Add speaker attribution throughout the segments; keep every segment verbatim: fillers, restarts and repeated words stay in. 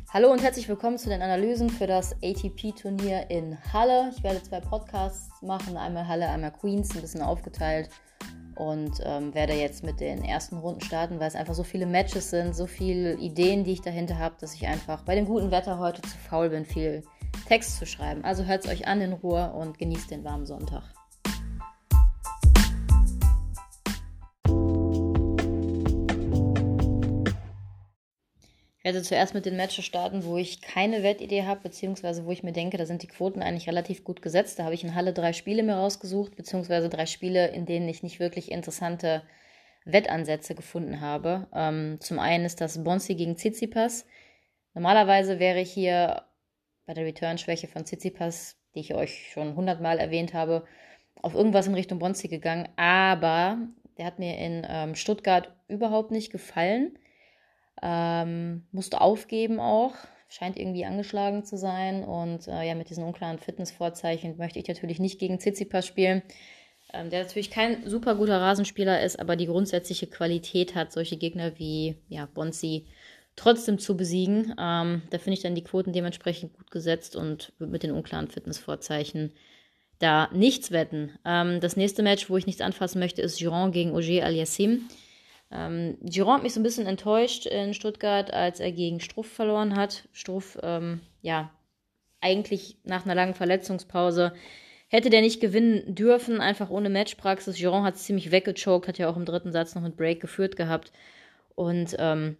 Speaker 1: Hallo und herzlich willkommen zu den Analysen für das A T P-Turnier in Halle. Ich werde zwei Podcasts machen, einmal Halle, einmal Queens, ein bisschen aufgeteilt und ähm, werde jetzt mit den ersten Runden starten, weil es einfach so viele Matches sind, so viele Ideen, die ich dahinter habe, dass ich einfach bei dem guten Wetter heute zu faul bin, viel Text zu schreiben. Also hört es euch an in Ruhe und genießt den warmen Sonntag. Ich werde zuerst mit den Matches starten, wo ich keine Wettidee habe, beziehungsweise wo ich mir denke, da sind die Quoten eigentlich relativ gut gesetzt. Da habe ich in Halle drei Spiele mir rausgesucht, beziehungsweise drei Spiele, in denen ich nicht wirklich interessante Wettansätze gefunden habe. Ähm, zum einen ist das Bonzi gegen Tsitsipas. Normalerweise wäre ich hier bei der Return-Schwäche von Tsitsipas, die ich euch schon hundertmal erwähnt habe, auf irgendwas in Richtung Bonzi gegangen. Aber der hat mir in ähm, Stuttgart überhaupt nicht gefallen. Ähm, musste aufgeben auch, scheint irgendwie angeschlagen zu sein und äh, ja, mit diesen unklaren Fitnessvorzeichen möchte ich natürlich nicht gegen Tsitsipas spielen, ähm, der natürlich kein super guter Rasenspieler ist, aber die grundsätzliche Qualität hat, solche Gegner wie ja, Bonzi trotzdem zu besiegen. Ähm, da finde ich dann die Quoten dementsprechend gut gesetzt und würde mit den unklaren Fitnessvorzeichen da nichts wetten. Ähm, das nächste Match, wo ich nichts anfassen möchte, ist Giron gegen Auger Aliassime. Ähm, Giron hat mich so ein bisschen enttäuscht in Stuttgart, als er gegen Struff verloren hat. Struff, ähm, ja, eigentlich nach einer langen Verletzungspause hätte der nicht gewinnen dürfen, einfach ohne Matchpraxis. Giron hat es ziemlich weggechoked, hat ja auch im dritten Satz noch mit Break geführt gehabt. Und ähm,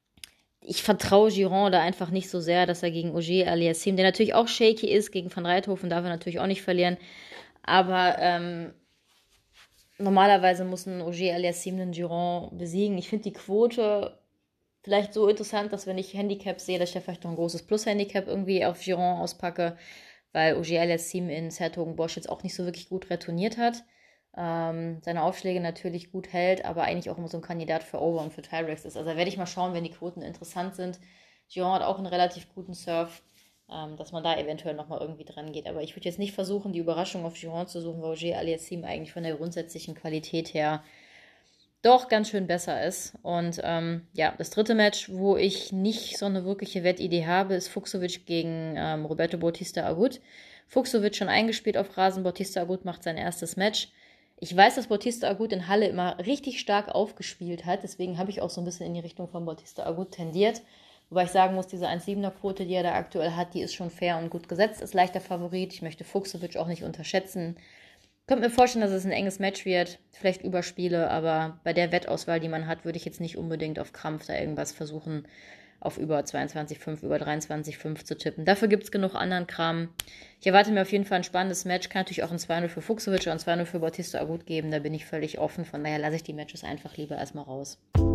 Speaker 1: ich vertraue Giron da einfach nicht so sehr, dass er gegen Auger Aliassime, der natürlich auch shaky ist, gegen Van Rijthoven darf er natürlich auch nicht verlieren. Aber ähm, normalerweise muss ein Auger Aliassime den Giron besiegen. Ich finde die Quote vielleicht so interessant, dass wenn ich Handicaps sehe, dass ich da vielleicht noch ein großes Plus-Handicap irgendwie auf Giron auspacke, weil Auger Aliassime in Sertogenbosch jetzt auch nicht so wirklich gut retourniert hat. Ähm, seine Aufschläge natürlich gut hält, aber eigentlich auch immer so ein Kandidat für Over und für Tyrex ist. Also da werde ich mal schauen, wenn die Quoten interessant sind. Giron hat auch einen relativ guten Surf, ähm, dass man da eventuell nochmal irgendwie dran geht. Aber ich würde jetzt nicht versuchen, die Überraschung auf Giron zu suchen, weil Auger Aliassime eigentlich von der grundsätzlichen Qualität her doch ganz schön besser ist. Und ähm, ja, das dritte Match, wo ich nicht so eine wirkliche Wettidee habe, ist Fucsovics gegen ähm, Roberto Bautista Agut. Fucsovics schon eingespielt auf Rasen, Bautista Agut macht sein erstes Match. Ich weiß, dass Bautista Agut in Halle immer richtig stark aufgespielt hat, deswegen habe ich auch so ein bisschen in die Richtung von Bautista Agut tendiert. Wobei ich sagen muss, diese eins Komma siebener Quote, die er da aktuell hat, die ist schon fair und gut gesetzt, ist leichter Favorit. Ich möchte Fucsovics auch nicht unterschätzen. Ich könnte mir vorstellen, dass es ein enges Match wird, vielleicht über Spiele, aber bei der Wettauswahl, die man hat, würde ich jetzt nicht unbedingt auf Krampf da irgendwas versuchen, auf über zweiundzwanzig Komma fünf, über dreiundzwanzig Komma fünf zu tippen. Dafür gibt es genug anderen Kram. Ich erwarte mir auf jeden Fall ein spannendes Match. Kann natürlich auch ein zwei null für Fucsovics und ein zwei null für Bautista Agut geben. Da bin ich völlig offen. Von daher lasse ich die Matches einfach lieber erstmal raus.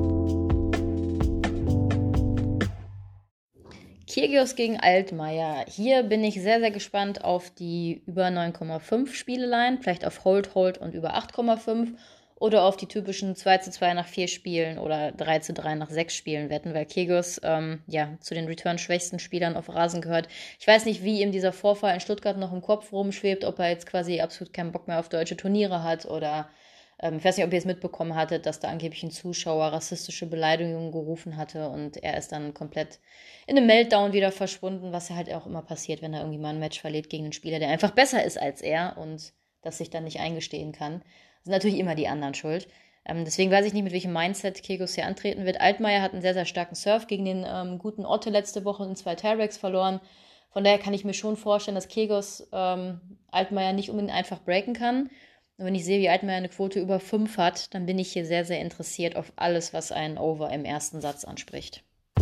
Speaker 1: Kyrgios gegen Altmaier. Hier bin ich sehr, sehr gespannt auf die über neun Komma fünf Spieleline, vielleicht auf Hold, Hold und über acht Komma fünf oder auf die typischen zwei zu zwei nach vier Spielen oder drei zu drei nach sechs Spielen wetten, weil Kyrgios ähm, ja, zu den Return-schwächsten Spielern auf Rasen gehört. Ich weiß nicht, wie ihm dieser Vorfall in Stuttgart noch im Kopf rumschwebt, ob er jetzt quasi absolut keinen Bock mehr auf deutsche Turniere hat oder ich weiß nicht, ob ihr es mitbekommen hattet, dass da angeblich ein Zuschauer rassistische Beleidigungen gerufen hatte und er ist dann komplett in einem Meltdown wieder verschwunden, was ja halt auch immer passiert, wenn er irgendwie mal ein Match verliert gegen einen Spieler, der einfach besser ist als er und das sich dann nicht eingestehen kann. Das sind natürlich immer die anderen schuld. Ähm, deswegen weiß ich nicht, mit welchem Mindset Kyrgios hier antreten wird. Altmaier hat einen sehr, sehr starken Surf gegen den ähm, guten Otte letzte Woche in zwei Tiebreaks verloren. Von daher kann ich mir schon vorstellen, dass Kyrgios ähm, Altmaier nicht unbedingt einfach breaken kann. Und wenn ich sehe, wie Altmaier eine Quote über fünf hat, dann bin ich hier sehr, sehr interessiert auf alles, was einen Over im ersten Satz anspricht.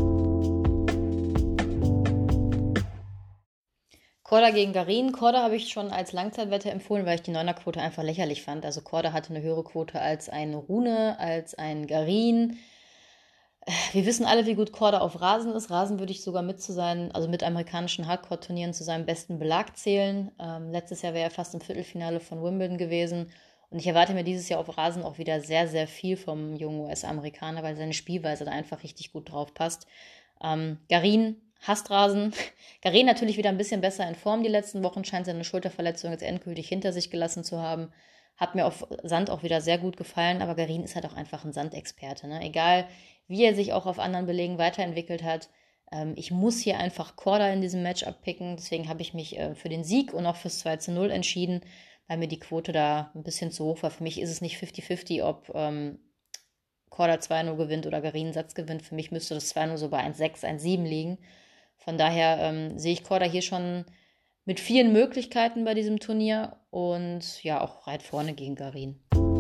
Speaker 1: Korda gegen Garin. Korda habe ich schon als Langzeitwette empfohlen, weil ich die Neuner-Quote einfach lächerlich fand. Also Korda hatte eine höhere Quote als ein Rune, als ein Garin. Wir wissen alle, wie gut Korda auf Rasen ist. Rasen würde ich sogar mit zu sein, also mit amerikanischen Hardcore-Turnieren zu seinem besten Belag zählen. Ähm, letztes Jahr wäre er fast im Viertelfinale von Wimbledon gewesen. Und ich erwarte mir dieses Jahr auf Rasen auch wieder sehr, sehr viel vom jungen U S-Amerikaner, weil seine Spielweise da einfach richtig gut drauf passt. Ähm, Garin hasst Rasen. Garin natürlich wieder ein bisschen besser in Form die letzten Wochen, scheint seine Schulterverletzung jetzt endgültig hinter sich gelassen zu haben. Hat mir auf Sand auch wieder sehr gut gefallen, aber Garin ist halt auch einfach ein Sandexperte. Ne? Egal, wie er sich auch auf anderen Belegen weiterentwickelt hat. Ähm, ich muss hier einfach Korda in diesem Matchup picken, deswegen habe ich mich äh, für den Sieg und auch fürs zwei zu null entschieden, weil mir die Quote da ein bisschen zu hoch war. Für mich ist es nicht fünfzig fünfzig, ob ähm, Korda zwei null gewinnt oder Garin Satz gewinnt. Für mich müsste das zwei null so bei eins sechs, eins sieben liegen. Von daher ähm, sehe ich Korda hier schon mit vielen Möglichkeiten bei diesem Turnier und ja, auch weit vorne gegen Garin.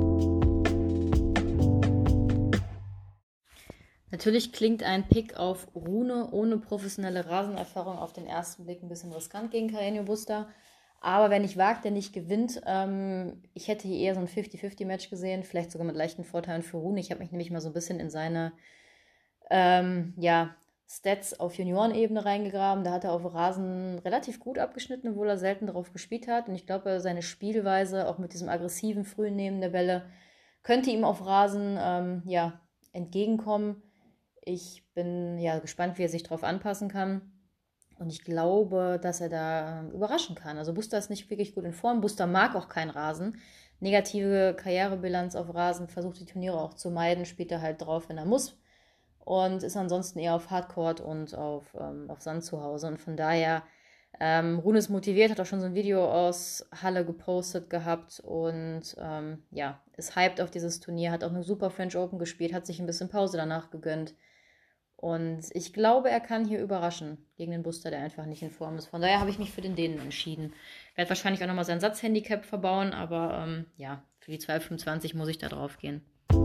Speaker 1: Natürlich klingt ein Pick auf Rune ohne professionelle Rasenerfahrung auf den ersten Blick ein bisschen riskant gegen Carreño Busta. Aber wenn ich wagt, der nicht gewinnt, ähm, ich hätte hier eher so ein fünfzig fünfzig Match gesehen, vielleicht sogar mit leichten Vorteilen für Rune. Ich habe mich nämlich mal so ein bisschen in seine ähm, ja, Stats auf Juniorenebene reingegraben. Da hat er auf Rasen relativ gut abgeschnitten, obwohl er selten darauf gespielt hat. Und ich glaube, seine Spielweise, auch mit diesem aggressiven frühen Nehmen der Bälle, könnte ihm auf Rasen ähm, ja, entgegenkommen. Ich bin ja gespannt, wie er sich darauf anpassen kann. Und ich glaube, dass er da ähm, überraschen kann. Also Busta ist nicht wirklich gut in Form. Busta mag auch keinen Rasen. Negative Karrierebilanz auf Rasen, versucht die Turniere auch zu meiden, spielt er halt drauf, wenn er muss. Und ist ansonsten eher auf Hardcourt und auf, ähm, auf Sand zu Hause. Und von daher, ähm, Rune ist motiviert, hat auch schon so ein Video aus Halle gepostet gehabt und ähm, ja, ist hyped auf dieses Turnier, hat auch eine super French Open gespielt, hat sich ein bisschen Pause danach gegönnt. Und ich glaube, er kann hier überraschen gegen den Busta, der einfach nicht in Form ist. Von daher habe ich mich für den Dänen entschieden. Werde wahrscheinlich auch nochmal sein Satzhandicap verbauen, aber ähm, ja, für die zwei fünfundzwanzig muss ich da drauf gehen.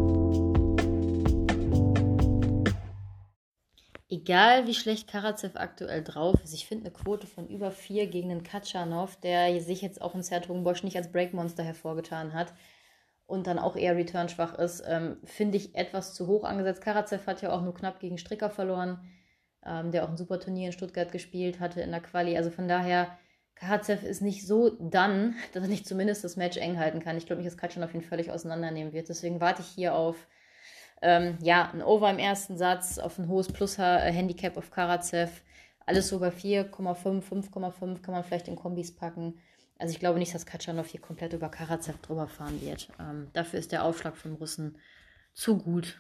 Speaker 1: Egal wie schlecht Karatsev aktuell drauf ist, ich finde eine Quote von über vier gegen den Katschanov, der sich jetzt auch in Sertogenbosch nicht als Breakmonster hervorgetan hat und dann auch eher returnschwach ist, ähm, finde ich etwas zu hoch angesetzt. Karatsev hat ja auch nur knapp gegen Stricker verloren, ähm, der auch ein super Turnier in Stuttgart gespielt hatte in der Quali. Also von daher, Karatsev ist nicht so done, dass er nicht zumindest das Match eng halten kann. Ich glaube nicht, dass Katschanov ihn völlig auseinandernehmen wird. Deswegen warte ich hier auf ähm, ja, ein Over im ersten Satz, auf ein hohes Plus-Handicap auf Karatsev. Alles so bei vier Komma fünf, fünf Komma fünf kann man vielleicht in Kombis packen. Also ich glaube nicht, dass Katschanov hier komplett über Karatsev drüber fahren wird. Ähm, dafür ist der Aufschlag vom Russen zu gut.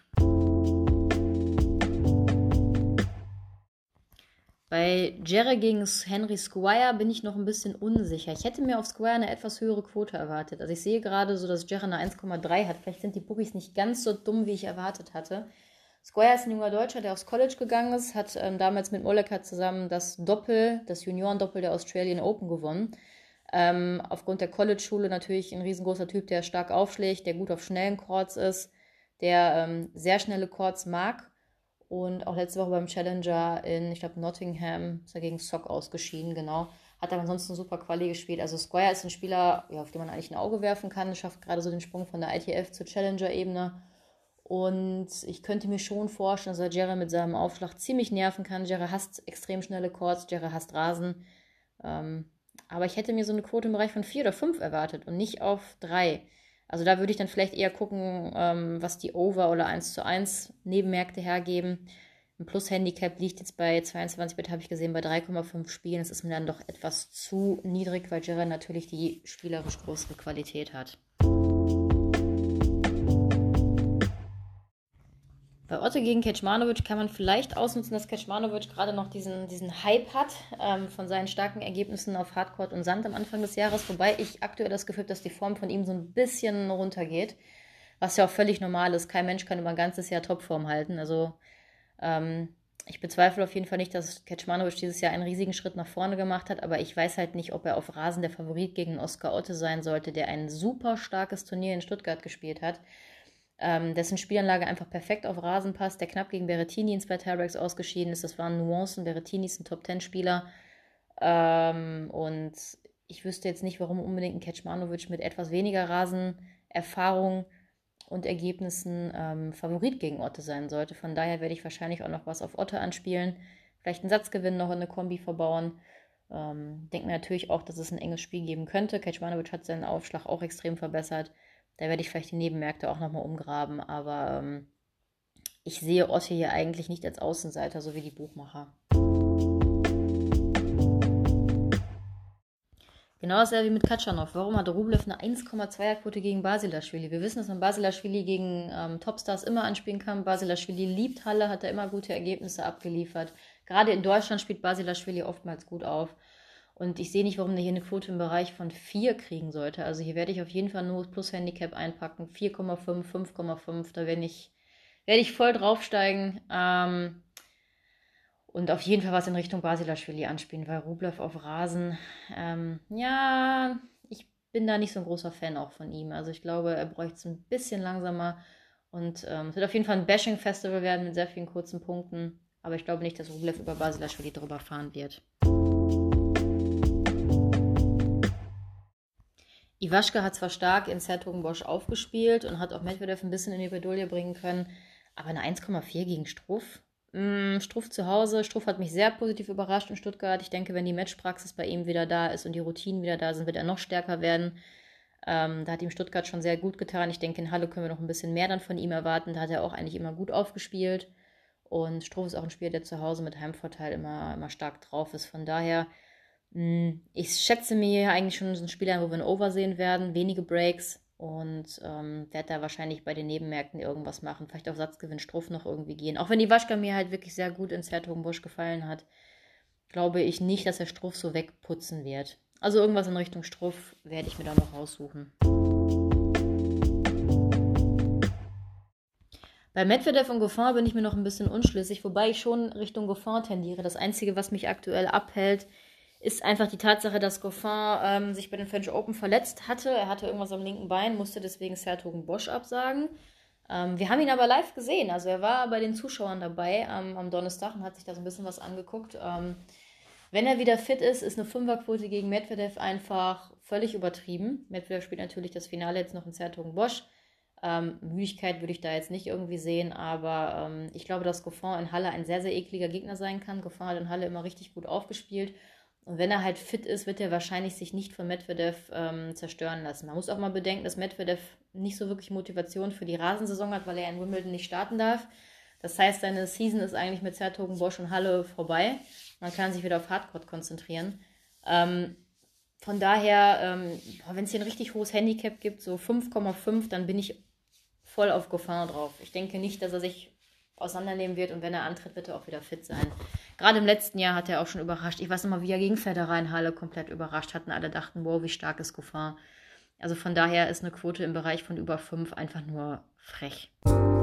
Speaker 1: Bei Jerry gegen Henry Squire bin ich noch ein bisschen unsicher. Ich hätte mir auf Squire eine etwas höhere Quote erwartet. Also ich sehe gerade so, dass Jerry eine eins Komma drei hat. Vielleicht sind die Bookies nicht ganz so dumm, wie ich erwartet hatte. Squire ist ein junger Deutscher, der aufs College gegangen ist, hat ähm, damals mit Moleka zusammen das Doppel, das Juniorendoppel der Australian Open gewonnen. Ähm, aufgrund der College-Schule natürlich ein riesengroßer Typ, der stark aufschlägt, der gut auf schnellen Courts ist, der ähm, sehr schnelle Courts mag. Und auch letzte Woche beim Challenger in, ich glaube, Nottingham ist er gegen Sock ausgeschieden, genau. Hat aber ansonsten super Quali gespielt. Also Squire ist ein Spieler, ja, auf den man eigentlich ein Auge werfen kann. Schafft gerade so den Sprung von der I T F zur Challenger-Ebene. Und ich könnte mir schon vorstellen, dass er Jerry mit seinem Aufschlag ziemlich nerven kann. Jerry hasst extrem schnelle Courts, Jerry hasst Rasen. Ähm, aber ich hätte mir so eine Quote im Bereich von vier oder fünf erwartet und nicht auf drei. Also da würde ich dann vielleicht eher gucken, ähm, was die Over- oder eins zu eins Nebenmärkte hergeben. Ein Plus-Handicap liegt jetzt bei zweiundzwanzig Bit, habe ich gesehen, bei drei Komma fünf Spielen. Das ist mir dann doch etwas zu niedrig, weil Jerry natürlich die spielerisch größere Qualität hat. Bei Otto gegen Kecmanovic kann man vielleicht ausnutzen, dass Kecmanovic gerade noch diesen, diesen Hype hat ähm, von seinen starken Ergebnissen auf Hardcourt und Sand am Anfang des Jahres, wobei ich aktuell das Gefühl habe, dass die Form von ihm so ein bisschen runtergeht, was ja auch völlig normal ist. Kein Mensch kann über ein ganzes Jahr Topform halten. Also ähm, ich bezweifle auf jeden Fall nicht, dass Kecmanovic dieses Jahr einen riesigen Schritt nach vorne gemacht hat, aber ich weiß halt nicht, ob er auf Rasen der Favorit gegen Oskar Otte sein sollte, der ein super starkes Turnier in Stuttgart gespielt hat. Ähm, dessen Spielanlage einfach perfekt auf Rasen passt, der knapp gegen Berrettini in zwei Tiebreaks ausgeschieden ist. Das waren Nuancen. Berrettini ist ein Top-Zehn-Spieler. Ähm, und ich wüsste jetzt nicht, warum unbedingt ein Kecmanovic mit etwas weniger Rasenerfahrung und Ergebnissen ähm, Favorit gegen Otte sein sollte. Von daher werde ich wahrscheinlich auch noch was auf Otte anspielen. Vielleicht einen Satzgewinn noch in eine Kombi verbauen. Ähm, denke mir natürlich auch, dass es ein enges Spiel geben könnte. Kecmanovic hat seinen Aufschlag auch extrem verbessert. Da werde ich vielleicht die Nebenmärkte auch nochmal umgraben, aber ähm, ich sehe Otte hier eigentlich nicht als Außenseiter, so wie die Buchmacher. Genau dasselbe wie mit Katschanov. Warum hat Rublev eine eins Komma zwei er-Quote gegen Basilashvili? Wir wissen, dass man Basilashvili gegen ähm, Topstars immer anspielen kann. Basilashvili liebt Halle, hat er immer gute Ergebnisse abgeliefert. Gerade in Deutschland spielt Basilashvili oftmals gut auf. Und ich sehe nicht, warum der hier eine Quote im Bereich von vier kriegen sollte. Also hier werde ich auf jeden Fall nur plus Handicap einpacken. vier Komma fünf, fünf Komma fünf, da werde ich, werde ich voll draufsteigen. Ähm, und auf jeden Fall was in Richtung Basilashvili anspielen, weil Rublev auf Rasen, ähm, ja, ich bin da nicht so ein großer Fan auch von ihm. Also ich glaube, er bräuchte es ein bisschen langsamer. Und ähm, es wird auf jeden Fall ein Bashing-Festival werden mit sehr vielen kurzen Punkten. Aber ich glaube nicht, dass Rublev über Basilashvili drüber fahren wird. Iwaschka hat zwar stark in Sertogenbosch aufgespielt und hat auch Medvedev ein bisschen in die Bredouille bringen können, aber eine eins Komma vier gegen Struff. Mm, Struff zu Hause. Struff hat mich sehr positiv überrascht in Stuttgart. Ich denke, wenn die Matchpraxis bei ihm wieder da ist und die Routinen wieder da sind, wird er noch stärker werden. Ähm, da hat ihm Stuttgart schon sehr gut getan. Ich denke, in Halle können wir noch ein bisschen mehr dann von ihm erwarten. Da hat er auch eigentlich immer gut aufgespielt. Und Struff ist auch ein Spieler, der zu Hause mit Heimvorteil immer, immer stark drauf ist. Von daher, mh, ich schätze mir eigentlich schon so einen Spieler, wo wir ein Over sehen werden, wenige Breaks und ähm, werde da wahrscheinlich bei den Nebenmärkten irgendwas machen. Vielleicht auf Satzgewinn Struff noch irgendwie gehen. Auch wenn die Waschka mir halt wirklich sehr gut in Sertogenbosch gefallen hat, glaube ich nicht, dass er Struff so wegputzen wird. Also irgendwas in Richtung Struff werde ich mir da noch raussuchen. Bei Medvedev und Goffin bin ich mir noch ein bisschen unschlüssig, wobei ich schon Richtung Goffin tendiere. Das Einzige, was mich aktuell abhält, ist einfach die Tatsache, dass Goffin ähm, sich bei den French Open verletzt hatte. Er hatte irgendwas am linken Bein, musste deswegen Sertogenbosch absagen. Ähm, wir haben ihn aber live gesehen. Also er war bei den Zuschauern dabei ähm, am Donnerstag und hat sich da so ein bisschen was angeguckt. Ähm, wenn er wieder fit ist, ist eine Fünferquote gegen Medvedev einfach völlig übertrieben. Medvedev spielt natürlich das Finale jetzt noch in Sertogenbosch. Ähm, Müdigkeit würde ich da jetzt nicht irgendwie sehen, aber ähm, ich glaube, dass Goffin in Halle ein sehr, sehr ekliger Gegner sein kann. Goffin hat in Halle immer richtig gut aufgespielt. Und wenn er halt fit ist, wird er wahrscheinlich sich nicht von Medvedev ähm, zerstören lassen. Man muss auch mal bedenken, dass Medvedev nicht so wirklich Motivation für die Rasensaison hat, weil er in Wimbledon nicht starten darf. Das heißt, seine Season ist eigentlich mit Sertogenbosch und Halle vorbei. Man kann sich wieder auf Hardcourt konzentrieren. Ähm, von daher, ähm, wenn es hier ein richtig hohes Handicap gibt, so fünf Komma fünf, dann bin ich voll auf Goffin drauf. Ich denke nicht, dass er sich auseinandernehmen wird und wenn er antritt, wird er auch wieder fit sein. Gerade im letzten Jahr hat er auch schon überrascht. Ich weiß noch mal, wie er gegen Federer in Halle komplett überrascht hat und alle dachten, wow, wie stark ist Goffin. Also von daher ist eine Quote im Bereich von über fünf einfach nur frech.